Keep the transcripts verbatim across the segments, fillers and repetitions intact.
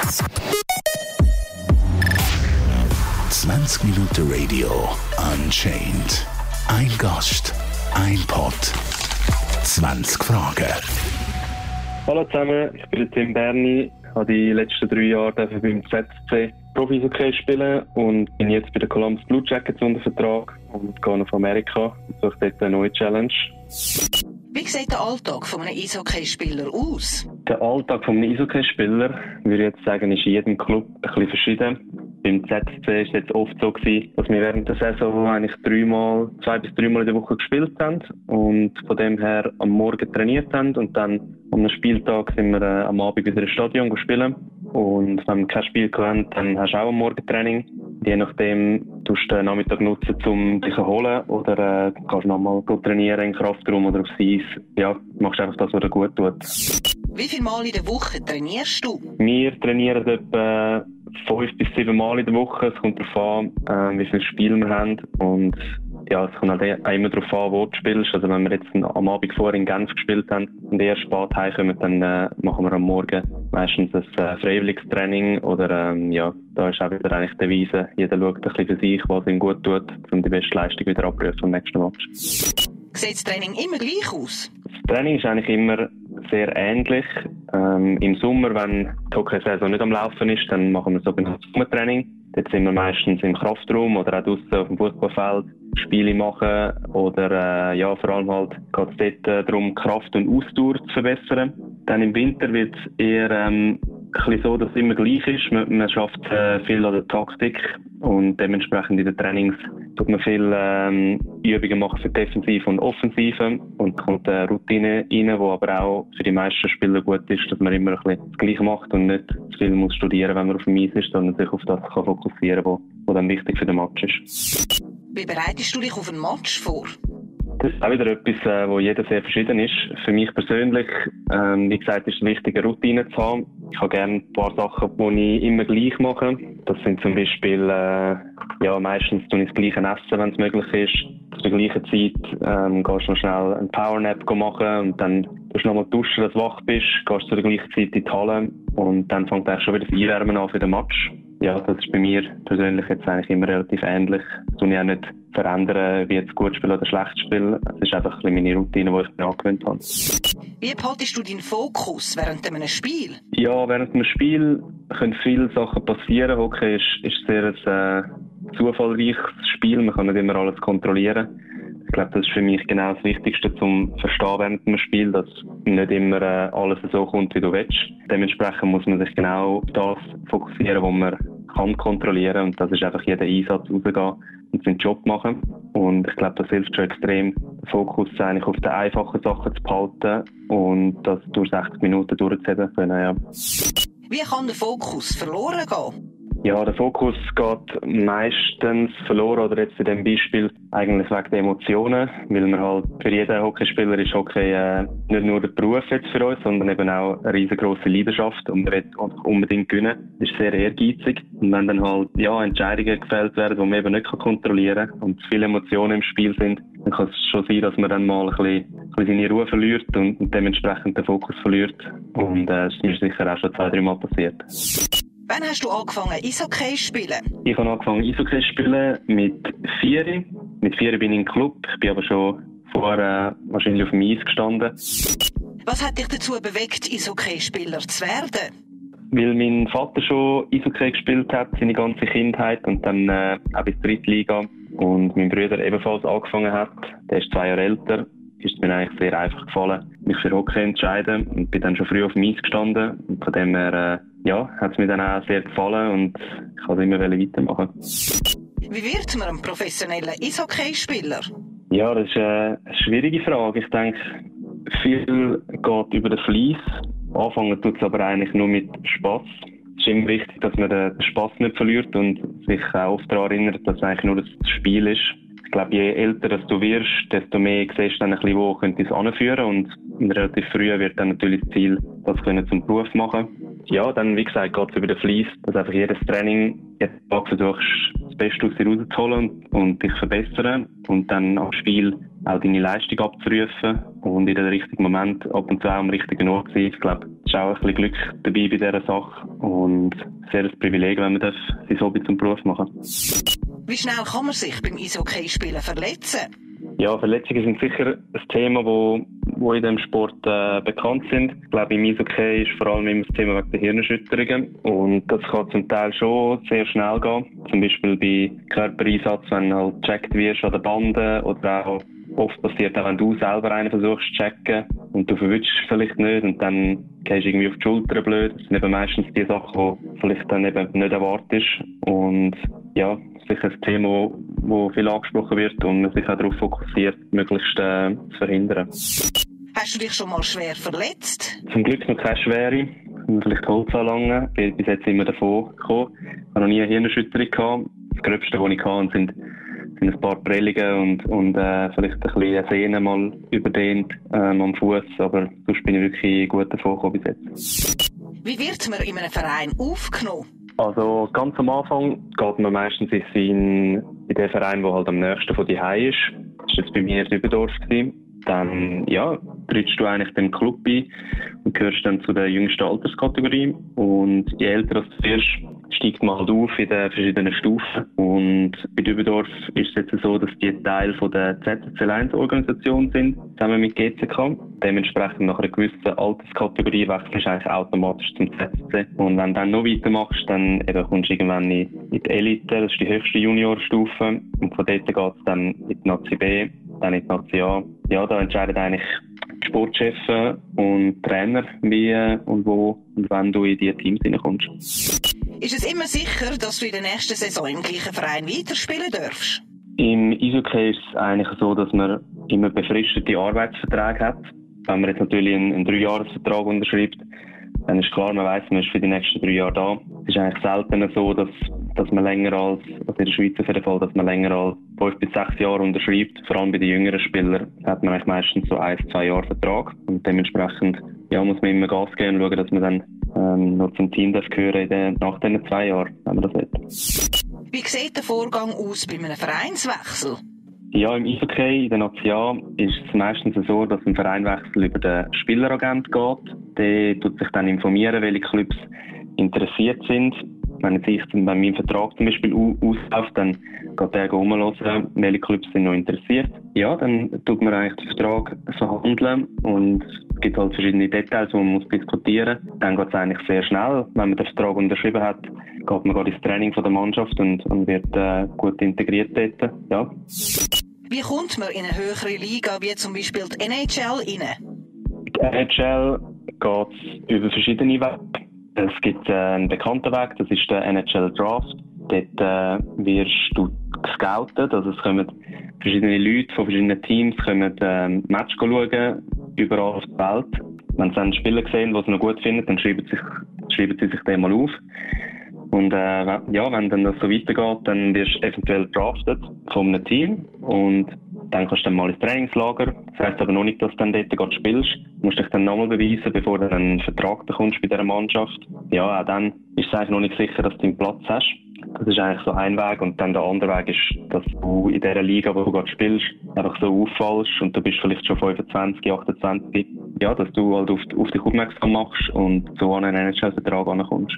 zwanzig Minuten Radio Unchained. Ein Gast, ein Pod, zwanzig Fragen. Hallo zusammen, ich bin Tim Berni, habe die letzten drei Jahre beim Z C Profi-Hockey spielen und bin jetzt bei den Columbus Blue Jackets unter Vertrag und gehe nach Amerika und suche dort eine neue Challenge. Wie sieht der Alltag von einem Eishockeyspieler aus? Der Alltag von einem Eishockeyspieler, würde ich jetzt sagen, ist in jedem Club ein bisschen verschieden. Beim Z C war es jetzt oft so gewesen, dass wir während der Saison eigentlich dreimal, zwei bis dreimal in der Woche gespielt haben und von dem her am Morgen trainiert haben und dann am Spieltag sind wir äh, am Abend wieder ins Stadion spielen. Und wenn wir kein Spiel haben, dann hast du auch am Morgen Training. Je nachdem tust du den Nachmittag nutzen, um dich zu holen oder äh, kannst nochmal trainieren im Kraftraum oder aufs Eis. Ja, machst einfach das, was dir gut tut. Wie viele Mal in der Woche trainierst du? Wir trainieren etwa fünf bis sieben Mal in der Woche. Es kommt darauf an, äh, wie viele Spiele wir haben. Und ja, es kommt halt auch immer darauf an, wo du spielst. Also wenn wir jetzt am Abend vorher in Genf gespielt haben und erst spät heimkommen, dann äh, machen wir am Morgen meistens ein äh, freiwilliges Training. Oder ähm, ja, da ist auch wieder eigentlich die Devise. Jeder schaut ein bisschen für sich, was ihm gut tut, um die beste Leistung wieder abzurufen am nächsten Match. Sieht das Training immer gleich aus? Das Training ist eigentlich immer sehr ähnlich. Ähm, Im Sommer, wenn die Hockey-Saison nicht am Laufen ist, dann machen wir sogenanntes Sommertraining. Dort sind wir meistens im Kraftraum oder auch draussen auf dem Fußballfeld Spiele machen oder äh, ja, vor allem halt geht es dort äh, darum, Kraft und Ausdauer zu verbessern. Dann im Winter wird es eher ähm, ein bisschen so, dass es immer gleich ist. Man, man schafft äh, viel an der Taktik und dementsprechend in den Trainings tut man viel ähm, Übungen machen für Defensive und Offensive und kommt eine Routine rein, die aber auch für die meisten Spieler gut ist, dass man immer ein bisschen das Gleiche macht und nicht zu viel muss studieren, wenn man auf dem Eis ist, sondern sich auf das kann fokussieren, was, was dann wichtig für den Match ist. Wie bereitest du dich auf einen Match vor? Das ist auch wieder etwas, äh, wo jeder sehr verschieden ist. Für mich persönlich, ähm, wie gesagt, ist es wichtig, eine Routine zu haben. Ich habe gerne ein paar Sachen, die ich immer gleich mache. Das sind zum Beispiel, äh, ja, meistens tue ich das gleiche essen, wenn es möglich ist. Zur gleichen Zeit ähm, gehst du noch schnell einen Powernap machen und dann tust du noch mal duschen, dass du wach bist, gehst zu der gleichen Zeit in die Halle und dann fängt eigentlich schon wieder das Einwärmen an für den Match. Ja, das ist bei mir persönlich jetzt eigentlich immer relativ ähnlich. Das tue ich auch nicht verändern, wie jetzt gut spielen oder schlecht spielen. Es ist einfach ein bisschen meine Routine, die ich mir angewöhnt habe. Wie behaltest du deinen Fokus während einem Spiel? Ja, während einem Spiel können viele Sachen passieren. Hockey ist, ist sehr ein äh, zufallreiches Spiel. Man kann nicht immer alles kontrollieren. Ich glaube, das ist für mich genau das Wichtigste zum Verstehen während einem Spiel, dass nicht immer äh, alles so kommt, wie du willst. Dementsprechend muss man sich genau auf das fokussieren, was man kann kontrollieren. Und das ist einfach jeden Einsatz rausgehen und seinen Job machen. Und ich glaube, das hilft schon extrem, den Fokus eigentlich auf die einfachen Sachen zu behalten und das durch sechzig Minuten durchzuziehen können. Ja. Wie kann der Fokus verloren gehen? Ja, der Fokus geht meistens verloren, oder jetzt in diesem Beispiel eigentlich wegen der Emotionen, weil man halt, für jeden Hockeyspieler ist Hockey äh, nicht nur der Beruf jetzt für uns, sondern eben auch eine riesengroße Leidenschaft und man will unbedingt gewinnen. Das ist sehr ehrgeizig und wenn dann halt, ja, Entscheidungen gefällt werden, die man eben nicht kontrollieren kann und viele Emotionen im Spiel sind, dann kann es schon sein, dass man dann mal ein bisschen, ein bisschen seine Ruhe verliert und, und dementsprechend den Fokus verliert und äh, das ist mir sicher auch schon zwei, drei Mal passiert. Wann hast du angefangen, Eishockey zu spielen? Ich habe angefangen, Eishockey zu spielen mit vier. Mit vier bin ich im Club. Ich bin aber schon vorher äh, wahrscheinlich auf dem Eis gestanden. Was hat dich dazu bewegt, Eishockeyspieler zu werden? Weil mein Vater schon Eishockey gespielt hat, seine ganze Kindheit und dann äh, auch bis dritte Liga. Und mein Bruder ebenfalls angefangen hat. Der ist zwei Jahre älter. Ist mir eigentlich sehr einfach gefallen, mich für Hockey zu entscheiden und bin dann schon früh auf dem Eis gestanden. Und von dem her, äh, ja, hat es mir dann auch sehr gefallen und ich kann es immer weitermachen. Wie wird man ein professioneller Eishockeyspieler? Ja, das ist eine schwierige Frage. Ich denke, viel geht über den Fleiss. Anfangen tut es aber eigentlich nur mit Spass. Es ist immer wichtig, dass man den Spass nicht verliert und sich auch oft daran erinnert, dass es eigentlich nur das Spiel ist. Ich glaube, je älter du wirst, desto mehr siehst du dann ein bisschen, wo könnte es anführen. Und relativ früh wird dann natürlich das Ziel, das können zum Beruf machen. Ja, dann, wie gesagt, geht es über den Fleiss, dass einfach jedes Training, jeden Tag versuchst, das Beste aus dir rauszuholen und, und dich verbessern und dann am Spiel auch deine Leistung abzurufen und in den richtigen Moment ab und zu auch am richtigen Ort sein. Ich glaube, das ist auch ein bisschen Glück dabei bei dieser Sache und sehr ein Privileg, wenn man das sein Hobby zum Beruf machen. Wie schnell kann man sich beim Eishockeyspielen verletzen? Ja, Verletzungen sind sicher ein Thema, wo, wo in diesem Sport äh, bekannt sind. Ich glaube, im Eishockey ist vor allem immer das Thema wegen der Hirnerschütterungen. Und das kann zum Teil schon sehr schnell gehen. Zum Beispiel bei Körpereinsatz, wenn du halt gecheckt wirst an der Bande, oder auch oft passiert auch, wenn du selber einen versuchst zu checken und du verwünschst vielleicht nicht und dann gehst du irgendwie auf die Schulter blöd. Das sind eben meistens die Sachen, die vielleicht dann eben nicht erwartest. Und ja, sicher ein Thema, das viel angesprochen wird und man sich auch darauf fokussiert, möglichst äh, zu verhindern. Hast du dich schon mal schwer verletzt? Zum Glück noch keine schwere. Vielleicht Holz anlangen. Ich bin bis jetzt immer davon gekommen. Ich habe noch nie eine Hirnerschütterung gehabt. Das Gröbste, was ich hatte, sind, sind ein paar Prellungen und, und äh, vielleicht ein bisschen Sehne mal überdehnt ähm, am Fuß. Aber sonst bin ich wirklich gut davon gekommen bis jetzt. Wie wird man in einem Verein aufgenommen? Also ganz am Anfang geht man meistens in, seinen, in den Verein, der halt am nächsten von dir heim ist. Das war jetzt bei mir in Dübendorf. Dann ja, trittst du eigentlich den Club ein und gehörst dann zu der jüngsten Alterskategorie. Und je älter du wirst, steigt man halt auf in den verschiedenen Stufen. Und bei Dübendorf ist es jetzt so, dass die Teil von der Z Z C eins Organisation sind, zusammen mit G C K. Dementsprechend nach einer gewissen Alterskategorie wechselst du eigentlich automatisch zum Z Z C. Und wenn du dann noch weitermachst, dann eben kommst du irgendwann in die Elite, das ist die höchste Juniorstufe. Und von dort geht es dann in die Nazi B, dann in die Nazi A. Ja, da entscheiden eigentlich die Sportchefs und Trainer, wie und wo und wann du in diese Teams hineinkommst. Ist es immer sicher, dass du in der nächsten Saison im gleichen Verein weiterspielen darfst? Im Eishockey ist es eigentlich so, dass man immer befristete Arbeitsverträge hat. Wenn man jetzt natürlich einen, einen Dreijahresvertrag unterschreibt, dann ist klar, man weiss, man ist für die nächsten drei Jahre da. Es ist eigentlich seltener so, dass, dass man länger als, also in der Schweiz auf jeden Fall, dass man länger als fünf bis sechs Jahre unterschreibt. Vor allem bei den jüngeren Spielern hat man eigentlich meistens so ein, zwei Jahre Vertrag. Und dementsprechend ja, muss man immer Gas geben und schauen, dass man dann ähm, noch zum Team darf gehören in den, nach diesen zwei Jahren, wenn man das will. Wie sieht der Vorgang aus bei einem Vereinswechsel? Ja, im Eishockey, in der Nazi A, ist es meistens so, dass ein Vereinwechsel über den Spieleragent geht. Der tut sich dann informieren, welche Clubs interessiert sind. Wenn jetzt ich dann bei meinem Vertrag zum Beispiel ausläuft, dann geht der rumhören, welche Clubs sind noch interessiert. Ja, dann tut man eigentlich den Vertrag verhandeln und es gibt halt verschiedene Details, die man muss diskutieren muss. Dann geht es eigentlich sehr schnell. Wenn man den Vertrag unterschrieben hat, geht man ins Training von der Mannschaft und, und wird äh, gut integriert dort. Ja. Wie kommt man in eine höhere Liga, wie zum Beispiel die N H L, rein? Die N H L geht über verschiedene Wege. Es gibt äh, einen bekannten Weg, das ist der N H L Draft. Dort äh, wirst du gescoutet, also es kommen verschiedene Leute von verschiedenen Teams kommen äh, Match schauen, überall auf der Welt. Wenn sie einen Spieler sehen, den sie noch gut finden, dann schreiben sie sich, schreiben sie sich den mal auf. Und äh, ja, wenn dann das so weitergeht, dann wirst du eventuell drafted von einem Team und dann kannst du dann mal ins Trainingslager. Das heisst aber noch nicht, dass du dann dort spielst. Du musst dich dann nochmal beweisen, bevor du dann einen Vertrag bekommst bei dieser Mannschaft. Ja, auch dann ist es eigentlich noch nicht sicher, dass du einen Platz hast. Das ist eigentlich so ein Weg. Und dann der andere Weg ist, dass du in dieser Liga, wo du gerade spielst, einfach so auffallst und du bist vielleicht schon fünfundzwanzig, achtundzwanzig. Ja, dass du halt auf, auf dich aufmerksam machst und so an einen N H L-Vertrag ankommst.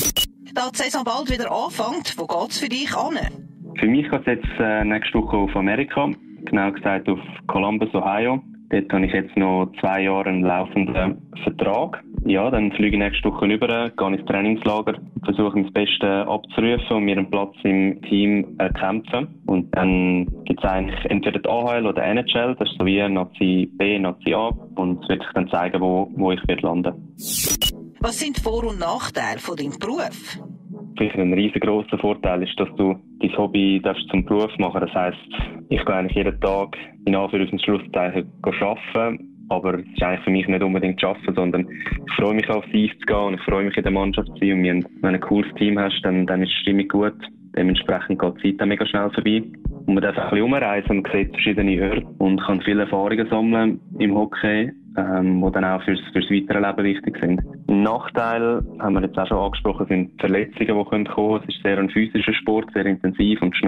Da die Saison bald wieder anfängt, wo geht es für dich an? Für mich geht es jetzt äh, nächste Woche auf Amerika, genau gesagt auf Columbus, Ohio. Dort habe ich jetzt noch zwei Jahre einen laufenden Vertrag. Ja, dann fliege ich nächste Woche rüber, gehe ins Trainingslager, versuche mein Bestes abzurufen und mir einen Platz im Team erkämpfen. Und dann gibt es eigentlich entweder die A H L oder N H L, das ist so wie Nazi B, Nazi A. Und es wird sich dann zeigen, wo, wo ich werde landen. Was sind die Vor- und Nachteile von deinem Beruf? Sicher ein riesengroßer Vorteil ist, dass du dein Hobby darfst zum Beruf machen. Das heisst, ich gehe eigentlich jeden Tag in Anführungs- und Schlusszeichen arbeiten. Aber es ist eigentlich für mich nicht unbedingt arbeiten, sondern ich freue mich aufs Eis zu gehen und ich freue mich in der Mannschaft zu sein. Und wenn du ein cooles Team hast, dann, dann ist die Stimmung gut. Dementsprechend geht die Zeit dann mega schnell vorbei. Und man darf ein bisschen umreisen und sieht verschiedene Orte und kann viele Erfahrungen sammeln im Hockey, ähm, die dann auch fürs, fürs weitere Leben wichtig sind. Ein Nachteil, haben wir jetzt auch schon angesprochen, sind Verletzungen, die kommen können. Es ist sehr ein physischer Sport, sehr intensiv und schnell.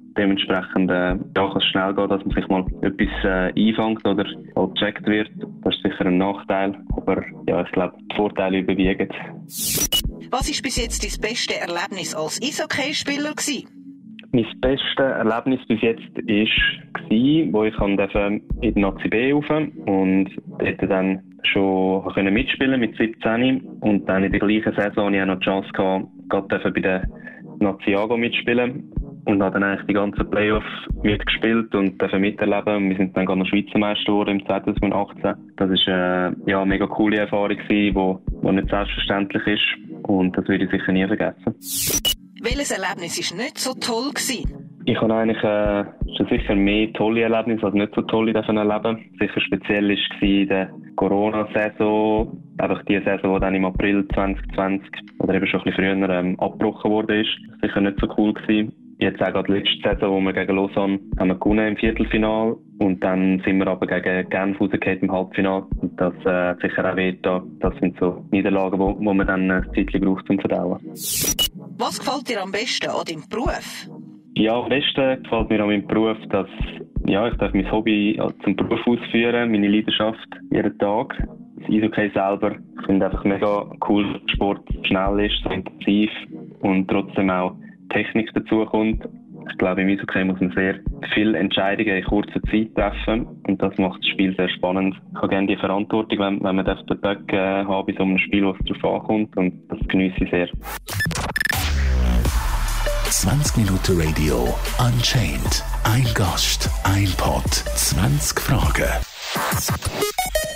Dementsprechend äh, ja, kann es schnell gehen, dass man sich mal etwas äh, einfängt oder halt gecheckt wird. Das ist sicher ein Nachteil, aber ja, ich glaube, die Vorteile überwiegen. Was war bis jetzt dein beste Erlebnis als Eishockeyspieler gewesen? Mein bestes Erlebnis bis jetzt war, wo ich in die Nazi B rauf und dort dann schon mitspielen mit siebzehn und dann in der gleichen Saison hatte ich auch noch die Chance gehabt, gerade bei der Nazi A mitspielen und habe dann eigentlich die ganzen Playoffs mitgespielt und miterleben. Und wir sind dann gerade noch Schweizer Meister geworden im zwanzig achtzehn. Das war äh, ja, eine mega coole Erfahrung, die wo, wo nicht selbstverständlich ist und das würde ich sicher nie vergessen. Welches Erlebnis war nicht so toll gewesen? Ich habe eigentlich äh, schon sicher mehr tolle Erlebnisse als nicht so tolle erleben. Sicher speziell war in der Corona-Saison, einfach die Saison, die dann im April zwanzig zwanzig oder eben schon ein bisschen früher ähm, abgebrochen wurde. Sicher nicht so cool gewesen. Jetzt auch die letzte Saison, wo wir gegen Lausanne haben wir gewonnen im Viertelfinal und dann sind wir aber gegen Genf rausgefallen im Halbfinale. Und das äh, hat sicher auch wehgetan. Das sind so Niederlagen, wo, wo man dann ein Zeitchen braucht zum Verdauen. Was gefällt dir am besten an deinem Beruf? Ja, am besten gefällt mir an meinem Beruf, dass ja, ich darf mein Hobby zum Beruf ausführen, meine Leidenschaft jeden Tag. Das Eishockey selber, ich finde einfach mega cool, dass der Sport schnell ist, so intensiv und trotzdem auch Technik dazukommt. Ich glaube, im Eishockey muss man sehr viele Entscheidungen in kurzer Zeit treffen und das macht das Spiel sehr spannend. Ich habe gerne die Verantwortung, wenn, wenn man das den Böck äh, hat bei so einem Spiel, was darauf ankommt und das genieße ich sehr. zwanzig Minuten Radio Unchained. Ein Gast, ein Pod, zwanzig Fragen.